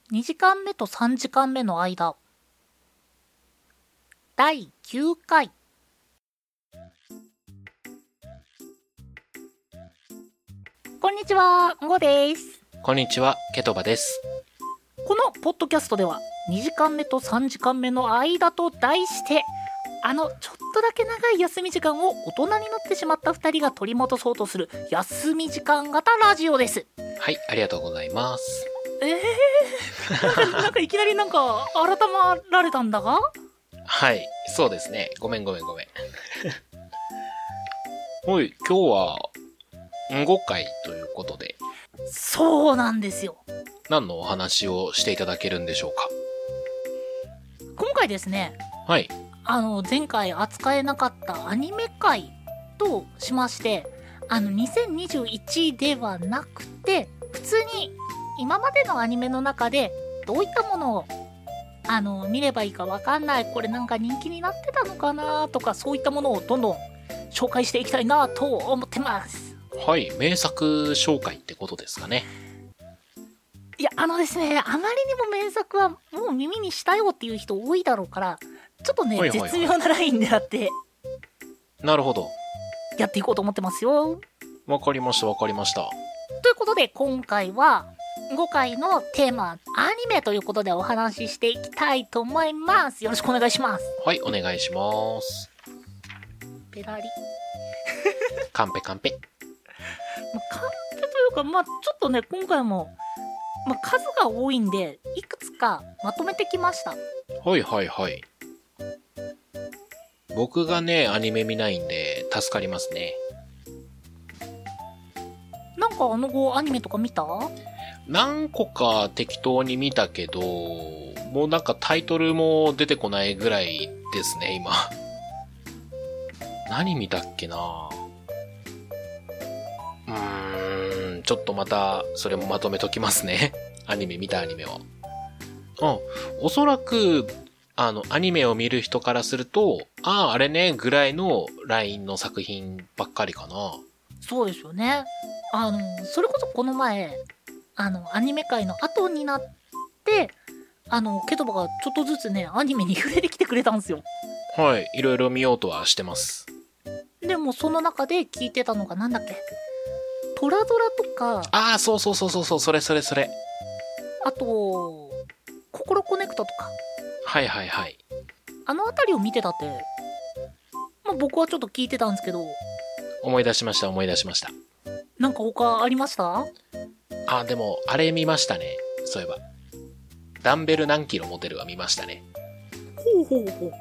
2時間目と3時間目の間、第9回。こんにちは、んごです。 こんにちは、ケトバです。 このポッドキャストでは2時間目と3時間目の間と題して、ちょっとだけ長い休み時間を大人になってしまった2人が取り戻そうとする休み時間型ラジオです。 はい、ありがとうございます。 なんかいきなり改まられたんだが？ はい、そうですね。ごめん。はい、今日は5回ということで。 そうなんですよ。 何のお話をしていただけるんでしょうか。 今回ですね。 はい。 前回扱えなかったアニメ界としまして、2021ではなくて、普通に今までのアニメの中でどういったものを見ればいいかわかんない、これなんか人気になってたのかなとか、そういったものをどんどん紹介していきたいなと思ってます。 はい、名作紹介ってことですかね。 いや、ですね、あまりにも名作はもう耳にしたよっていう人多いだろうから、ちょっとね、絶妙なラインであって、 なるほど。 やっていこうと思ってますよ。 わかりました。 ということで、今回は5回のテーマ、アニメということでお話ししていきたいと思います。よろしくお願いします。 はい、お願いします。 ペラリ。 カンペ。 カンペというか、ちょっとね、今回も、数が多いんで、いくつかまとめてきました。 はい。僕がね、アニメ見ないんで、助かりますね。 なんかアニメとか見た？ 何個か適当に見たけど、もうなんかタイトルも出てこないぐらいですね、今。何見たっけな。ちょっとまた、それもまとめときますね。見たアニメは。おそらく、アニメを見る人からすると、あれね、ぐらいのラインの作品ばっかりかな。 そうですよね。それこそこの前、アニメ界の後になって、ケトバがちょっとずつね、アニメに触れてきてくれたんですよ。 はい、いろいろ見ようとはしてます。 でもその中で聞いてたのがなんだっけ？トラドラとか。 そう、それ。 あと、ココロコネクトとか。 はい。 あのあたりを見てたって、僕はちょっと聞いてたんですけど。 思い出しました。 なんか他ありました？ でも、あれ見ましたね。そういえば。ダンベル何キロ持てるは見ましたね。 ほう。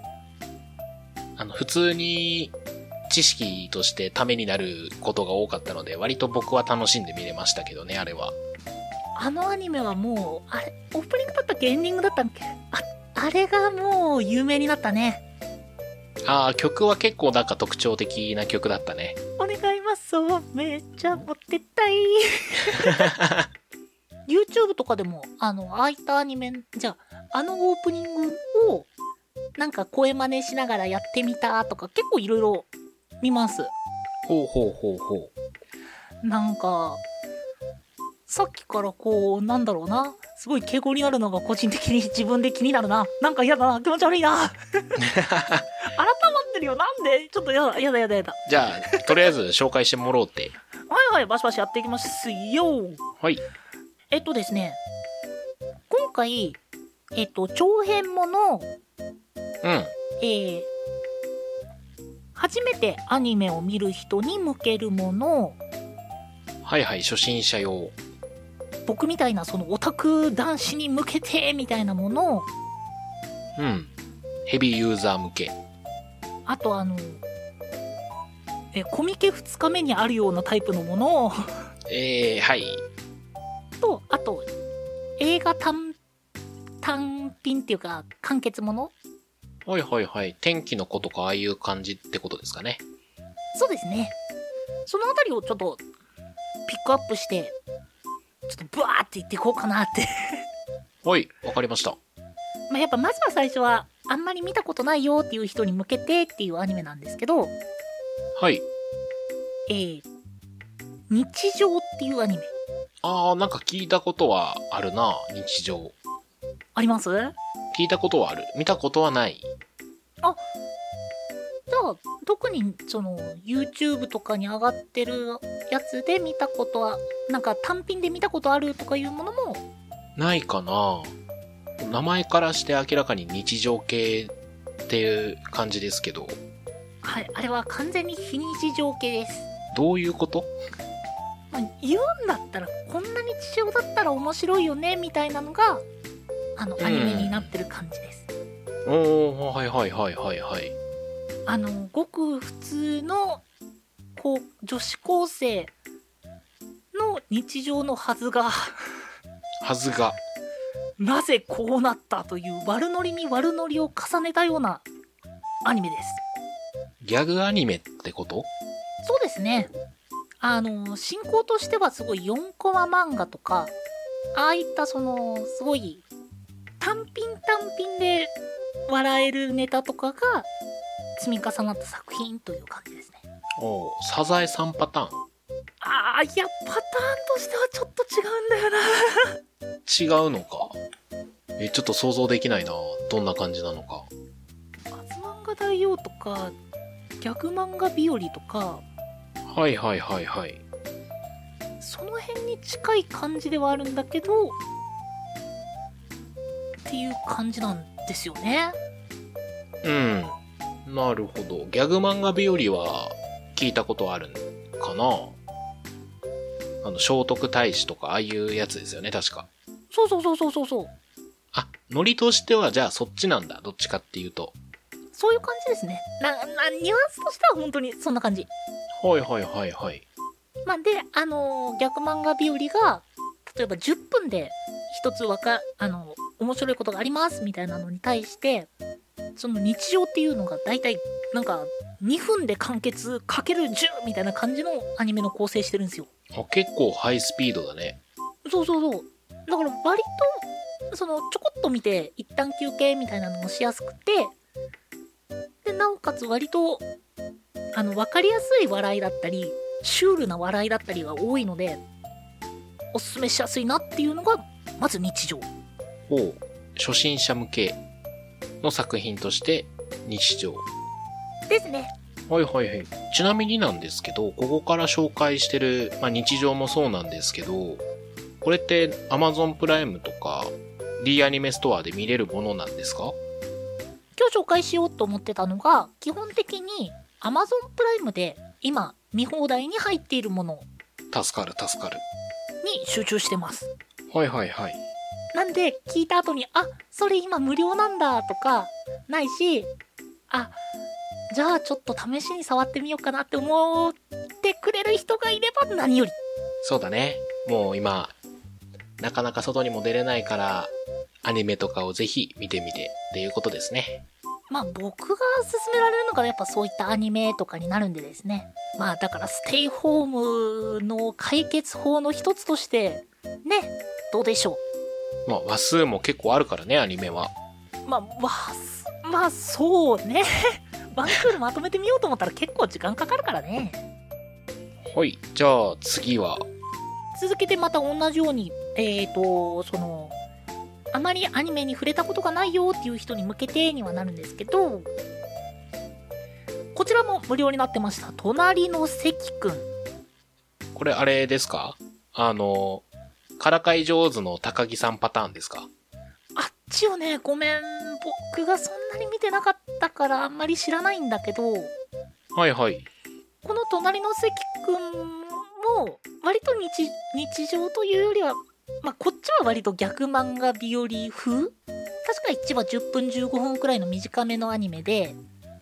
普通に知識としてためになることが多かったので、割と僕は楽しんで見れましたけどね、あれは。 あのアニメはもう、オープニングだったっけ？エンディングだったっけ？あれがもう有名になったね。 曲は結構なんか特徴的な曲だったね。 お願います。そう、めっちゃ持ってったい。YouTube とかでも、ああいったアニメ、じゃあ、オープニングを、なんか声真似しながらやってみたとか、結構いろいろ見ます。 ほう。 なんか、さっきからなんだろうな。すごい敬語になるのが個人的に自分で気になるな。なんか嫌だな。気持ち悪いな。改まってるよ。なんで？ちょっとやだ。 じゃあ、とりあえず紹介してもらおうって。 はい、バシバシやっていきますよ。 はい。 ですね、今回、長編もの、初めてアニメを見る人に向けるもの、 はい、初心者用。 僕みたいなそのオタク男子に向けてみたいなもの、 ヘビーユーザー向け。 あとコミケ2日目にあるようなタイプのものはい。 と、あと映画単品っていうか完結もの。 はい。天気の子とかああいう感じってことですかね。 そうですね。そのあたりをちょっとピックアップしてちょっとブワーって言っていこうかなって。 はい、わかりました。 やっぱまずは最初はあんまり見たことないよっていう人に向けてっていうアニメなんですけど、 はい。 日常っていうアニメ。 なんか聞いたことはあるな、日常。 あります？ 聞いたことはある。見たことはない。 あ、じゃあ特にその YouTube とかに上がってるやつで見たことは、なんか単品で見たことあるとかいうものもないかな。名前からして明らかに日常系っていう感じですけど。 はい、あれは完全に非日常系です。 どういうこと？ 言うんだったらこんな日常だったら面白いよねみたいなのがアニメになってる感じです。 おー、はいはいはいはいはい。 ごく普通の女子高生の日常のはずがなぜこうなったという悪ノリに悪ノリを重ねたようなアニメです。 ギャグアニメってこと？ そうですね。進行としてはすごい4コマ漫画とか、ああいったすごい単品で笑えるネタとかが積み重なった作品という感じですね。 おー、サザエさんパターン？ いや、パターンとしてはちょっと違うんだよな。 違うのか。ちょっと想像できないな。どんな感じなのか。 アズマンガ大王とか、ギャグ漫画日和とか、 はいはいはいはい。 その辺に近い感じではあるんだけど、っていう感じなんですよね。 うん。なるほど。ギャグ漫画日和は聞いたことあるんかな。聖徳太子とかああいうやつですよね、確か。 そう。 あ、ノリとしてはじゃあそっちなんだ。どっちかっていうと。 そういう感じですね。ニュアンスとしては本当にそんな感じ。 はいはいはいはい。 で、ギャグ漫画日和が、例えば10分で一つ面白いことがありますみたいなのに対して、その日常っていうのがだいたいなんか2分で完結かける10みたいな感じのアニメの構成してるんですよ。 結構ハイスピードだね。 そう。だから割と、ちょこっと見て一旦休憩みたいなのもしやすくて、で、なおかつ割と、わかりやすい笑いだったり、シュールな笑いだったりが多いので、おすすめしやすいなっていうのが、まず日常。 初心者向けの作品として日常ですね。 はい。ちなみになんですけど、ここから紹介してる、日常もそうなんですけど、これって Amazon プライムとか D アニメストアで見れるものなんですか？ 今日紹介しようと思ってたのが、基本的に Amazon プライムで今見放題に入っているもの助かるに集中してます。 はい。 なんで聞いた後に、それ今無料なんだとかないし、じゃあちょっと試しに触ってみようかなって思ってくれる人がいれば何より。 そうだね。もう今なかなか外にも出れないからアニメとかをぜひ見てみてっていうことですね。 僕が勧められるのがやっぱそういったアニメとかになるんでですね。だからステイホームの解決法の一つとしてね、どうでしょう。話数も結構あるからね、アニメは。 そうね。ワンクールまとめてみようと思ったら結構時間かかるからね。 はい、じゃあ次は。 続けてまた同じように、あまりアニメに触れたことがないよっていう人に向けてにはなるんですけど、こちらも無料になってました。隣の関くん。 これあれですか？からかい上手の高木さんパターンですか？ あっちをね、ごめん。僕がそんなに見てなかったからあんまり知らないんだけど。 はいはい。 この隣の関くんも、割と日常というよりは、こっちは割と逆漫画日和風？確か1話10分15分くらいの短めのアニメで、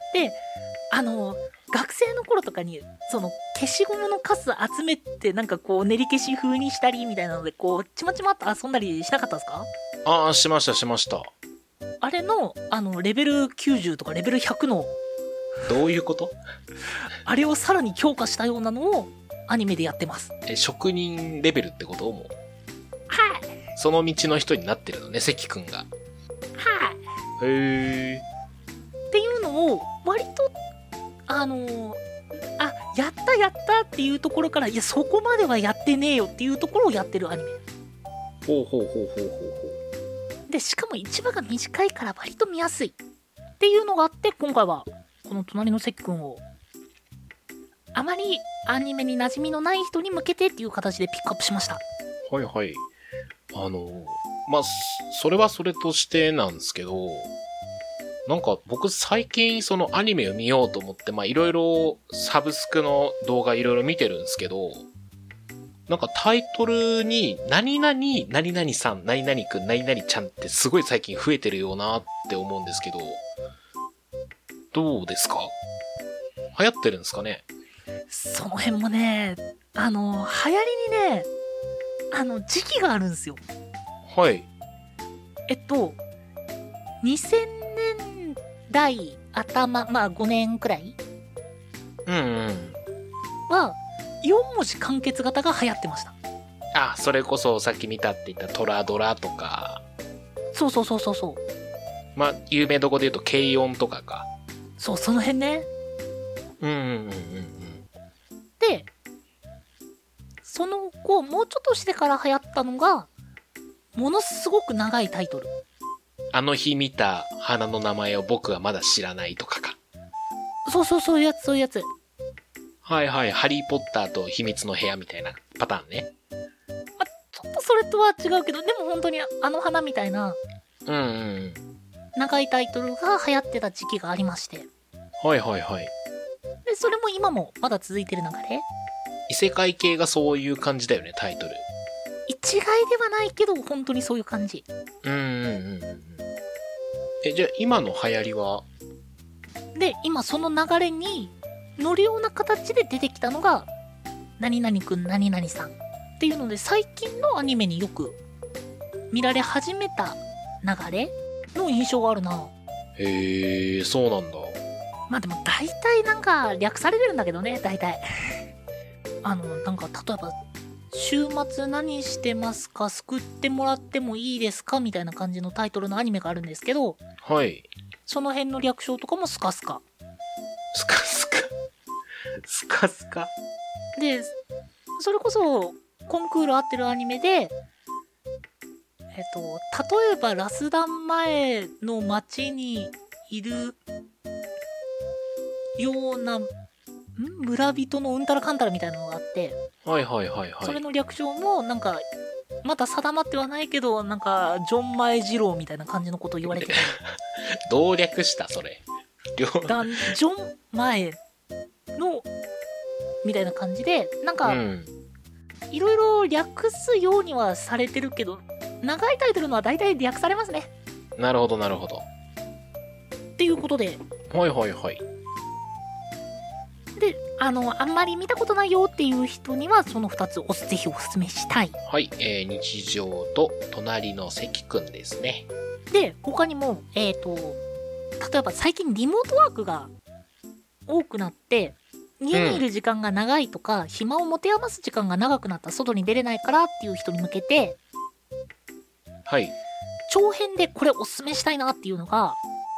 学生の頃とかに、消しゴムのカス集めて練り消し風にしたりみたいなので、ちまちまっと遊んだりしなかったですか？ しました。 あれの、レベル90とかレベル100の、 どういうこと？ あれをさらに強化したようなのをアニメでやってます。 職人レベルってことも？ はい。 その道の人になってるのね、関くんが。 はい。 へー。 っていうのを、割と、やったっていうところから、いや、そこまではやってねえよっていうところをやってるアニメ。 ほう。 で、しかも1話が短いから割と見やすいっていうのがあって、今回はこの隣の関君をあまりアニメに馴染みのない人に向けてっていう形でピックアップしました。 はいはい。まあ、それはそれとしてなんですけど、なんか僕最近そのアニメを見ようと思って、まあいろいろサブスクの動画いろいろ見てるんですけど、なんかタイトルに何々、何々さん、何々くん、何々ちゃんってすごい最近増えてるよなって思うんですけど、どうですか？流行ってるんですかね？ その辺もね、流行りにね、時期があるんですよ。 はい。 2000年代頭、まあ5年くらいうんうん。 は、4文字完結型が流行ってました。 あ、それこそさっき見たって言ったトラドラとか。 そうそうそうそうそう。 まあ、有名どこで言うと軽音とかか。 そう、その辺ね。 うんうんうんうん。 で、その後、もうちょっとしてから流行ったのが、ものすごく長いタイトル。 あの日見た花の名前を僕はまだ知らないとかか。 そうそう、そういうやつ、そういうやつ。 はいはい。ハリーポッターと秘密の部屋みたいなパターンね。 ま、ちょっとそれとは違うけど、でも本当にあの花みたいな、 うんうん。 長いタイトルが流行ってた時期がありまして。 はいはいはい。 で、それも今もまだ続いてる流れ。 異世界系がそういう感じだよね、タイトル。 一概ではないけど、本当にそういう感じ。 うんうんうんうん。じゃあ今の流行りは？ で、今その流れに乗るような形で出てきたのが、何々くん何々さんっていうので、最近のアニメによく見られ始めた流れの印象があるな。 へえ、そうなんだ。 まあでも大体なんか略されてるんだけどね、大体。なんか例えば、週末何してますか、救ってもらってもいいですかみたいな感じのタイトルのアニメがあるんですけど、 はい。 その辺の略称とかもスカスカ。 スカスカ。スカスカ。 で、それこそコンクール合ってるアニメで、例えばラスダン前の街にいるような、村人のうんたらかんたらみたいなのがあって、 はいはいはいはい。 それの略称もなんか、まだ定まってはないけど、なんか、ジョン前二郎みたいな感じのことを言われてる。 どう略したそれ。 ジョン前の、みたいな感じで、なんか、いろいろ略すようにはされてるけど、長いタイトルのは大体略されますね。 なるほどなるほど。 っていうことで。 はいはいはい。 で、あんまり見たことないよっていう人には、その2つをぜひおすすめしたい。 はい、日常と隣の関くんですね。 で、他にも、例えば最近リモートワークが多くなって、家にいる時間が長いとか、暇を持て余す時間が長くなった、外に出れないからっていう人に向けて、 はい。 長編でこれおすすめしたいなっていうのが、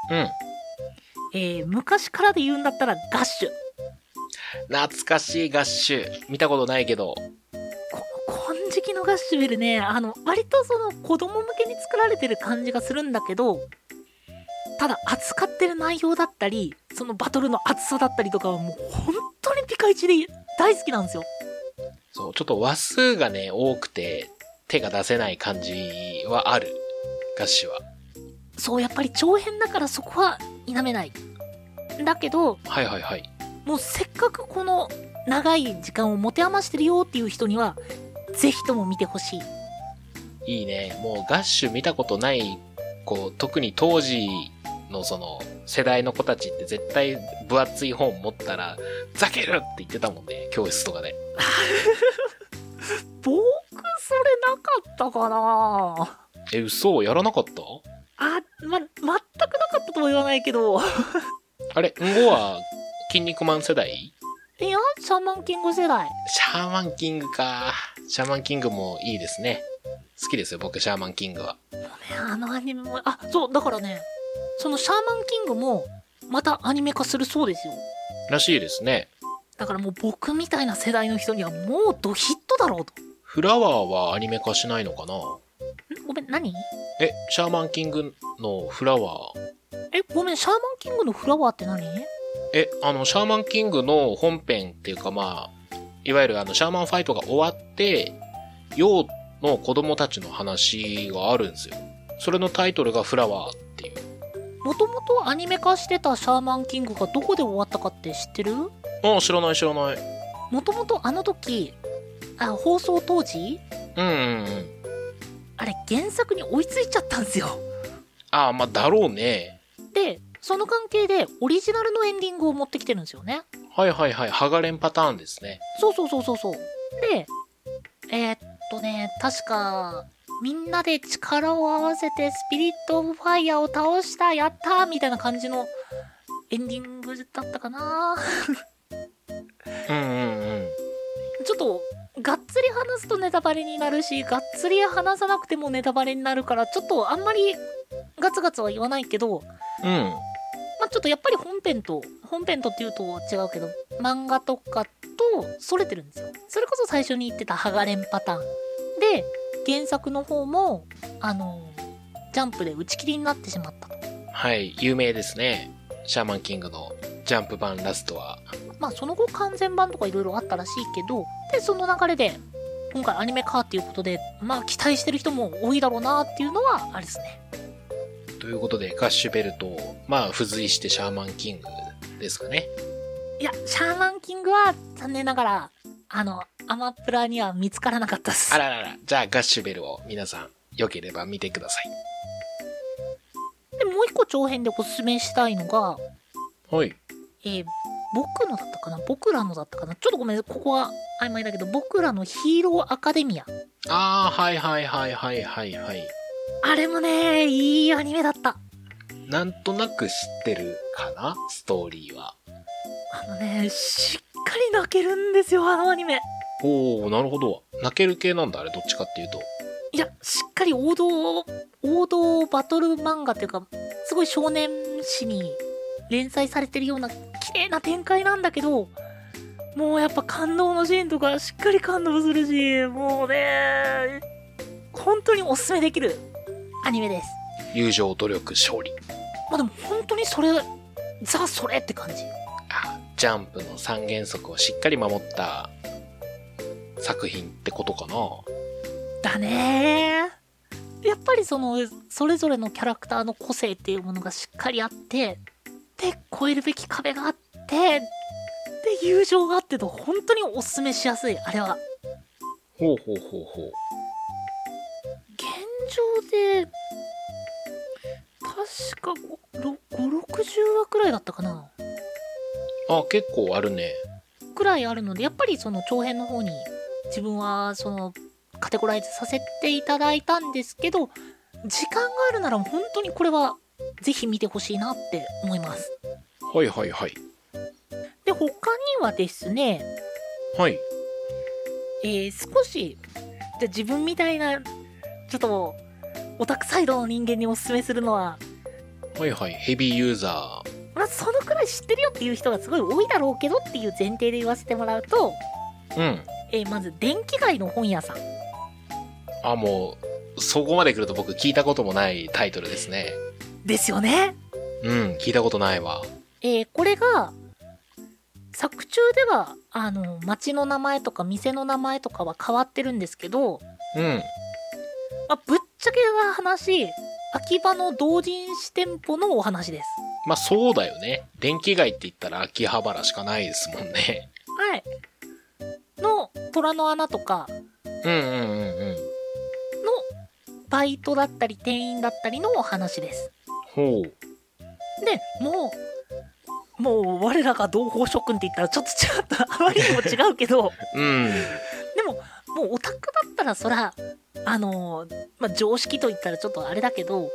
うん。 昔からで言うんだったらガッシュ。 懐かしいガッシュ。見たことないけど。 この金色のガッシュベルね、割とその子供向けに作られてる感じがするんだけど、ただ扱ってる内容だったり、そのバトルの熱さだったりとかはもう本当にピカイチで大好きなんですよ。 そう、ちょっと話数がね、多くて手が出せない感じはある。ガッシュは。 そう、やっぱり長編だからそこは否めない。だけど、 はいはいはい。 もうせっかくこの長い時間を持て余してるよっていう人には、ぜひとも見てほしい。 いいね。もうガッシュ見たことない子、特に当時のその世代の子たちって絶対分厚い本持ったら、ざけるって言ってたもんね。教室とかで。 僕、それなかったかな。 嘘？やらなかった？ 全くなかったとは言わないけど。 あれ、んごは、筋肉マン世代？ いや、シャーマンキング世代。 シャーマンキングか。シャーマンキングもいいですね。好きですよ、僕、シャーマンキングは。 もうね、あのアニメも、そう、だからね、そのシャーマンキングも、またアニメ化するそうですよ。 らしいですね。 だからもう僕みたいな世代の人にはもうドヒットだろうと。 フラワーはアニメ化しないのかな？ ごめん、何？ シャーマンキングのフラワー。 ごめん、シャーマンキングのフラワーって何？ シャーマンキングの本編っていうかいわゆるシャーマンファイトが終わって、ヨウの子供たちの話があるんですよ。それのタイトルがフラワーっていう。 もともとアニメ化してたシャーマンキングがどこで終わったかって知ってる？ 知らない。 もともとあの時、放送当時？あれ原作に追いついちゃったんですよ。 だろうね。 で、その関係でオリジナルのエンディングを持ってきてるんですよね。 はい。ハガレンパターンですね。 そう。で、確か、みんなで力を合わせてスピリットオブファイヤーを倒した、やったーみたいな感じのエンディングだったかな。ちょっと、がっつり話すとネタバレになるし、がっつり話さなくてもネタバレになるから、ちょっとあんまりガツガツは言わないけど、ちょっとやっぱり本編とっていうと違うけど、漫画とかとそれてるんですよ。それこそ最初に言ってたハガレンパターンで、原作の方もジャンプで打ち切りになってしまったと。 はい、有名ですね。シャーマンキングのジャンプ版ラストは。 その後完全版とかいろいろあったらしいけど、でその流れで今回アニメ化っていうことで、期待してる人も多いだろうなっていうのはあれですね。 ということでガッシュベルト、付随してシャーマンキングですかね。 いや、シャーマンキングは残念ながらアマプラには見つからなかったっす。 あらら、じゃあガッシュベルを皆さん良ければ見てください。 でもう一個長編でおすすめしたいのが、 はい。 僕のだったかな、僕らのだったかな、ちょっとごめん、ここは曖昧だけど、僕らのヒーローアカデミア。 はい。 あれもね、いいアニメだった。 なんとなく知ってるかな、ストーリーは。 しっかり泣けるんですよ、あのアニメ。 なるほど。泣ける系なんだ、あれ、どっちかっていうと。 いや、しっかり王道バトル漫画っていうか、すごい少年誌に連載されてるような綺麗な展開なんだけど、もうやっぱ感動のシーンとかしっかり感動するし、もうね、本当におすすめできるアニメです。 友情、努力、勝利。 でも本当にそれって感じ。 ジャンプの三原則をしっかり守った作品ってことかな。 だねー。やっぱりそれぞれのキャラクターの個性っていうものがしっかりあって、で、越えるべき壁があって、で、友情があってと、本当におすすめしやすい、あれは。 ほう。 現状で、確か5、60話くらいだったかな。 結構あるね。 くらいあるので、やっぱりその長編の方に自分はカテゴライズさせていただいたんですけど、時間があるなら本当にこれはぜひ見てほしいなって思います。 はい。 で、他にはですね、 はい。 少し、じゃあ自分みたいな、ちょっと、オタクサイドの人間におすすめするのは、 はい。ヘビーユーザー。 そのくらい知ってるよっていう人がすごい多いだろうけどっていう前提で言わせてもらうと、まず、電気街の本屋さん。 もう、そこまで来ると僕聞いたこともないタイトルですね。 ですよね。 聞いたことないわ。 これが、作中では、街の名前とか店の名前とかは変わってるんですけど、ぶっちゃけな話、秋葉の同人誌店舗のお話です。 そうだよね。電気街って言ったら秋葉原しかないですもんね。 はい。の虎の穴とか、 のバイトだったり店員だったりのお話です。 ほう。 で、もう我らが同胞諸君って言ったらちょっとあまりにも違うけど、でも、もうオタクだったらそら、常識と言ったらちょっとあれだけど、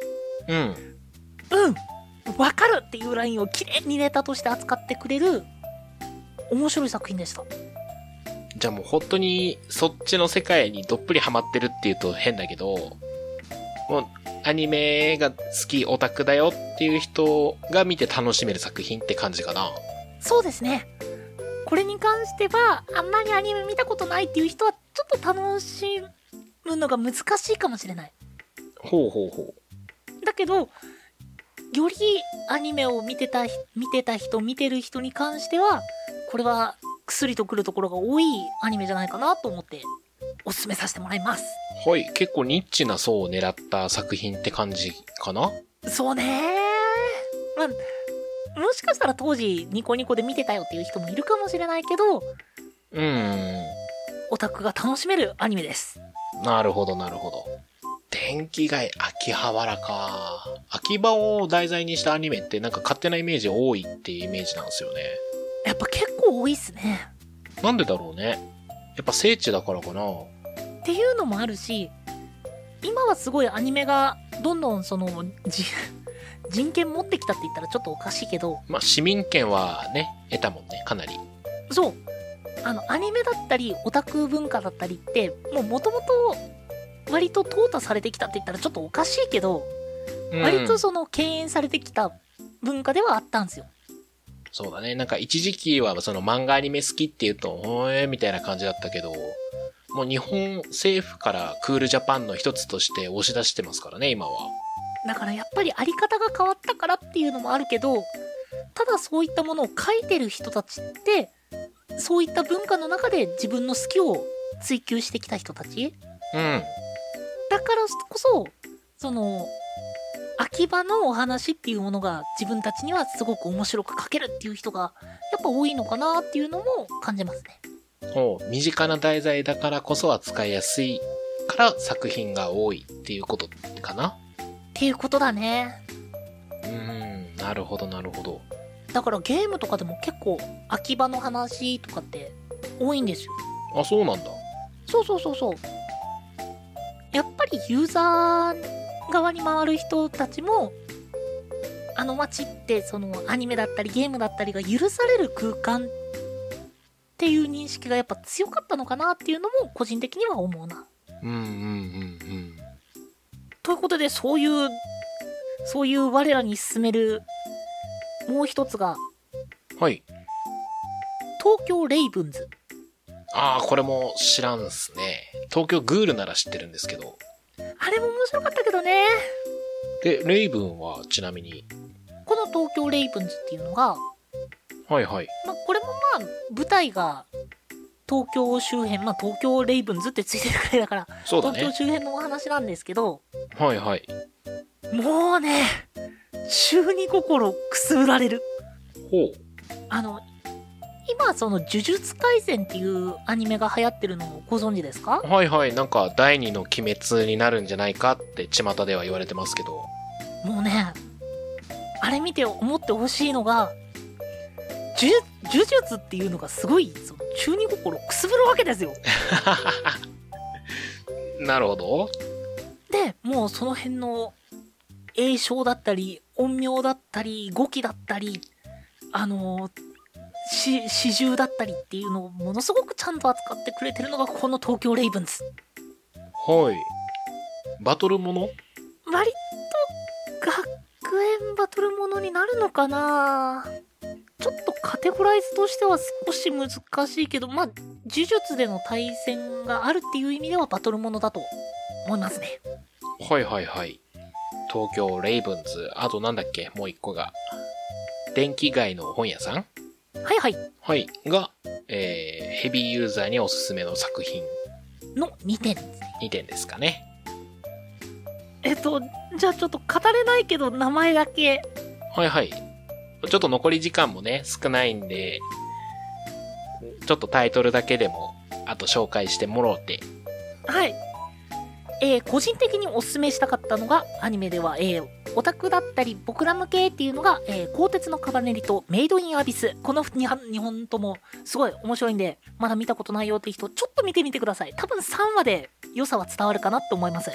わかるっていうラインをきれいにネタとして扱ってくれる面白い作品でした。 じゃあもう本当にそっちの世界にどっぷりハマってるっていうと変だけど、もうアニメが好きオタクだよっていう人が見て楽しめる作品って感じかな。 そうですね。これに関してはあんまりアニメ見たことないっていう人はちょっと楽しむのが難しいかもしれない。 ほうほうほだけど、よりアニメを見てる人に関しては、これは薬とくるところが多いアニメじゃないかなと思っておすすめさせてもらいます。 う。はい。結構ニッチな層を狙った作品って感じかな？ そうね。まあ、もしかしたら当時ニコニコで見てたよっていう人もいるかもしれないけど、オタクが楽しめるアニメです。 なるほどなるほど。電気街秋葉原か。秋葉を題材にしたアニメってなんか勝手なイメージ多いっていうイメージなんですよね。 やっぱ結構多いっすね。 なんでだろうね。やっぱ聖地だからかな。 っていうのもあるし、今はすごいアニメがどんどんその人権持ってきたって言ったらちょっとおかしいけど、 まあ市民権はね得たもんね、かなり。 そう、アニメだったりオタク文化だったりってもともと割と淘汰されてきたって言ったらちょっとおかしいけど、割とその敬遠されてきた文化ではあったんですよ。 そうだね。なんか一時期はその漫画アニメ好きって言うと、みたいな感じだったけど、もう日本政府からクールジャパンの一つとして押し出してますからね、今は。 だからやっぱりあり方が変わったからっていうのもあるけど、ただそういったものを書いてる人たちって、そういった文化の中で自分の好きを追求してきた人たち。だからこそ、その、秋葉のお話っていうものが自分たちにはすごく面白く書けるっていう人がやっぱ多いのかなっていうのも感じますね。 身近な題材だからこそ扱いやすいから作品が多いっていうことかなっていうことだね。 なるほどなるほど。 だからゲームとかでも結構秋葉の話とかって多いんですよ。 あ、そうなんだ。 そう。やっぱりユーザー側に回る人たちも、あの街ってそのアニメだったりゲームだったりが許される空間っていう認識がやっぱ強かったのかなっていうのも個人的には思うな。ということで、そういう我らに勧めるもう一つが、 はい。 東京レイブンズ。 ああ、これも知らんっすね。東京グールなら知ってるんですけど。 あれも面白かったけどね。 で、レイブンはちなみに。 この東京レイブンズっていうのが、 はいはい。 これも舞台が東京周辺、東京レイブンズってついてるくらいだから、 そうだね。 東京周辺のお話なんですけど、 はいはい。 もうね、中二心くすぐられる。 ほう。 今その呪術廻戦っていうアニメが流行ってるのをご存知ですか？ はいはい。なんか第二の鬼滅になるんじゃないかって巷では言われてますけど。 もうね、あれ見て思ってほしいのが、呪術っていうのがすごいその中二心くすぶるわけですよ。 なるほど。 で、もうその辺の詠唱だったり音名だったり語気だったり詩集だったりっていうのをものすごくちゃんと扱ってくれてるのがこの東京レイブンズ。 はい。バトルもの？ 割と学園バトルものになるのかな。ちょっとカテゴライズとしては少し難しいけど、呪術での対戦があるっていう意味ではバトルものだと思いますね。 はいはいはい。東京レイブンズ。あとなんだっけ、もう一個が。電気街の本屋さん？ はいはい。 はい。が、ヘビーユーザーにおすすめの作品。 の2点ですね。 2点ですかね。 じゃあちょっと語れないけど名前だけ。 はいはい。ちょっと残り時間もね、少ないんで、ちょっとタイトルだけでも、あと紹介してもろうて。 はい。個人的におすすめしたかったのが、アニメでは、オタクだったり僕ら向けっていうのが、鋼鉄のカバネリとメイドインアビス。この2本ともすごい面白いんで、まだ見たことないよって人、ちょっと見てみてください。多分3話で良さは伝わるかなと思います。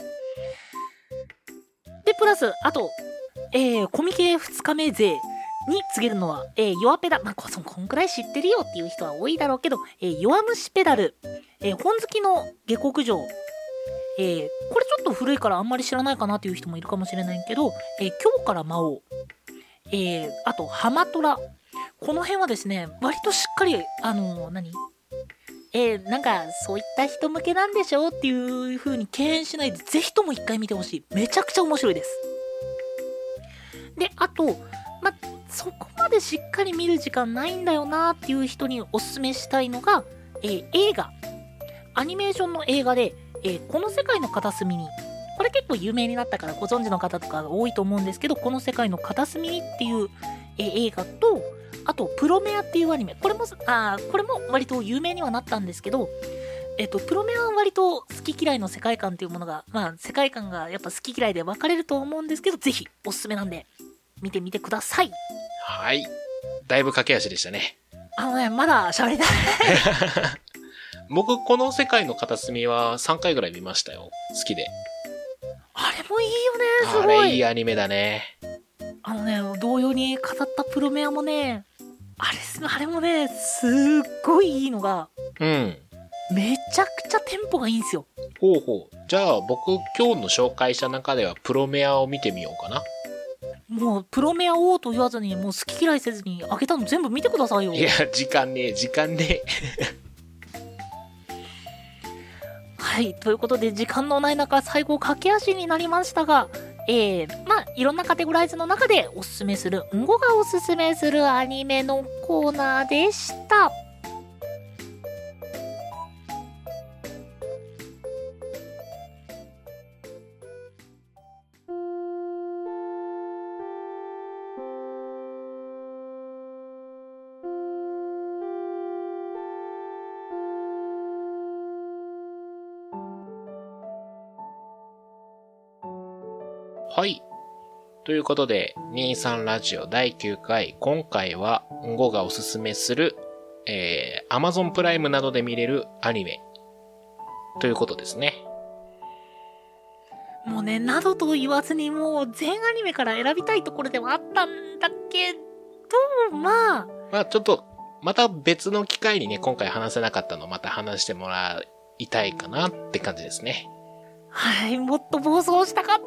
で、プラス、あと、コミケ2日目勢に告げるのは、弱ペダ、こんくらい知ってるよっていう人は多いだろうけど、弱虫ペダル、本好きの下克上、これちょっと古いからあんまり知らないかなっていう人もいるかもしれないけど、今日から魔王、あとハマトラ、この辺はですね割としっかりなんか、そういった人向けなんでしょっていう風に敬遠しないで、ぜひとも一回見てほしい。めちゃくちゃ面白いです。で、あと、そこまでしっかり見る時間ないんだよなっていう人におすすめしたいのが、映画。アニメーションの映画で、この世界の片隅に、これ結構有名になったからご存知の方とか多いと思うんですけど、この世界の片隅にっていう、映画と、あと、プロメアっていうアニメ。これも割と有名にはなったんですけど、プロメアは割と好き嫌いの世界観っていうものが、世界観がやっぱ好き嫌いで分かれると思うんですけど、ぜひおすすめなんで、見てみてください。 はい。だいぶ駆け足でしたね。 まだ喋りたい。 僕、この世界の片隅は3回ぐらい見ましたよ。好きで。 あれもいいよね、すごい。 あれいいアニメだね。 同様に語ったプロメアもね、あれもね、すっごいいいのが、 うん。 めちゃくちゃテンポがいいんですよ。 ほうほう。じゃあ僕、今日の紹介した中ではプロメアを見てみようかな。 もう、プロメア王と言わずに、もう好き嫌いせずに、あげたの全部見てくださいよ。 いや、時間ねえ。 はい、ということで、時間のない中、最後、駆け足になりましたが、いろんなカテゴライズの中でおすすめする、んごがおすすめするアニメのコーナーでした。 はい。ということで、23ラジオ第9回、今回は、んごがおすすめする、Amazon プライムなどで見れるアニメ、ということですね。 もうね、などと言わずにもう全アニメから選びたいところではあったんだけど、 ちょっと、また別の機会にね、今回話せなかったのをまた話してもらいたいかなって感じですね。 はい、もっと暴走したかった。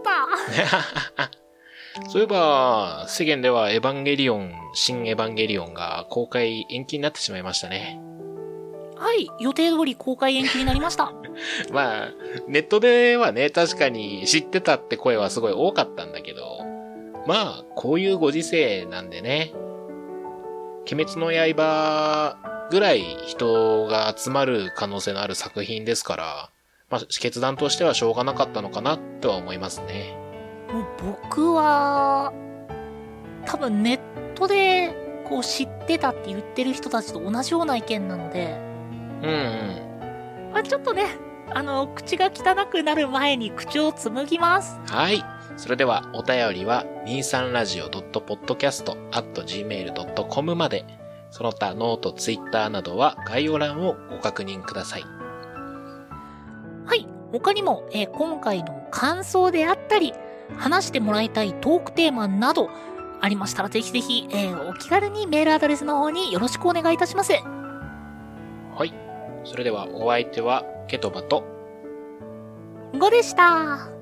そういえば、世間では新エヴァンゲリオンが公開延期になってしまいましたね。 はい、予定通り公開延期になりました。 ネットではね、確かに知ってたって声はすごい多かったんだけど、こういうご時世なんでね、鬼滅の刃ぐらい人が集まる可能性のある作品ですから、決断としてはしょうがなかったのかなとは思いますね。 もう僕は、多分ネットでこう知ってたって言ってる人たちと同じような意見なので、ちょっとね、口が汚くなる前に口を紡ぎます。 はい。それではお便りは 23radio.podcast@gmail.com まで、その他ノート、ツイッターなどは概要欄をご確認ください。 はい。他にも、今回の感想であったり、話してもらいたいトークテーマなどありましたら、ぜひぜひ、お気軽にメールアドレスの方によろしくお願いいたします。 はい。それではお相手はケトバと 5でした。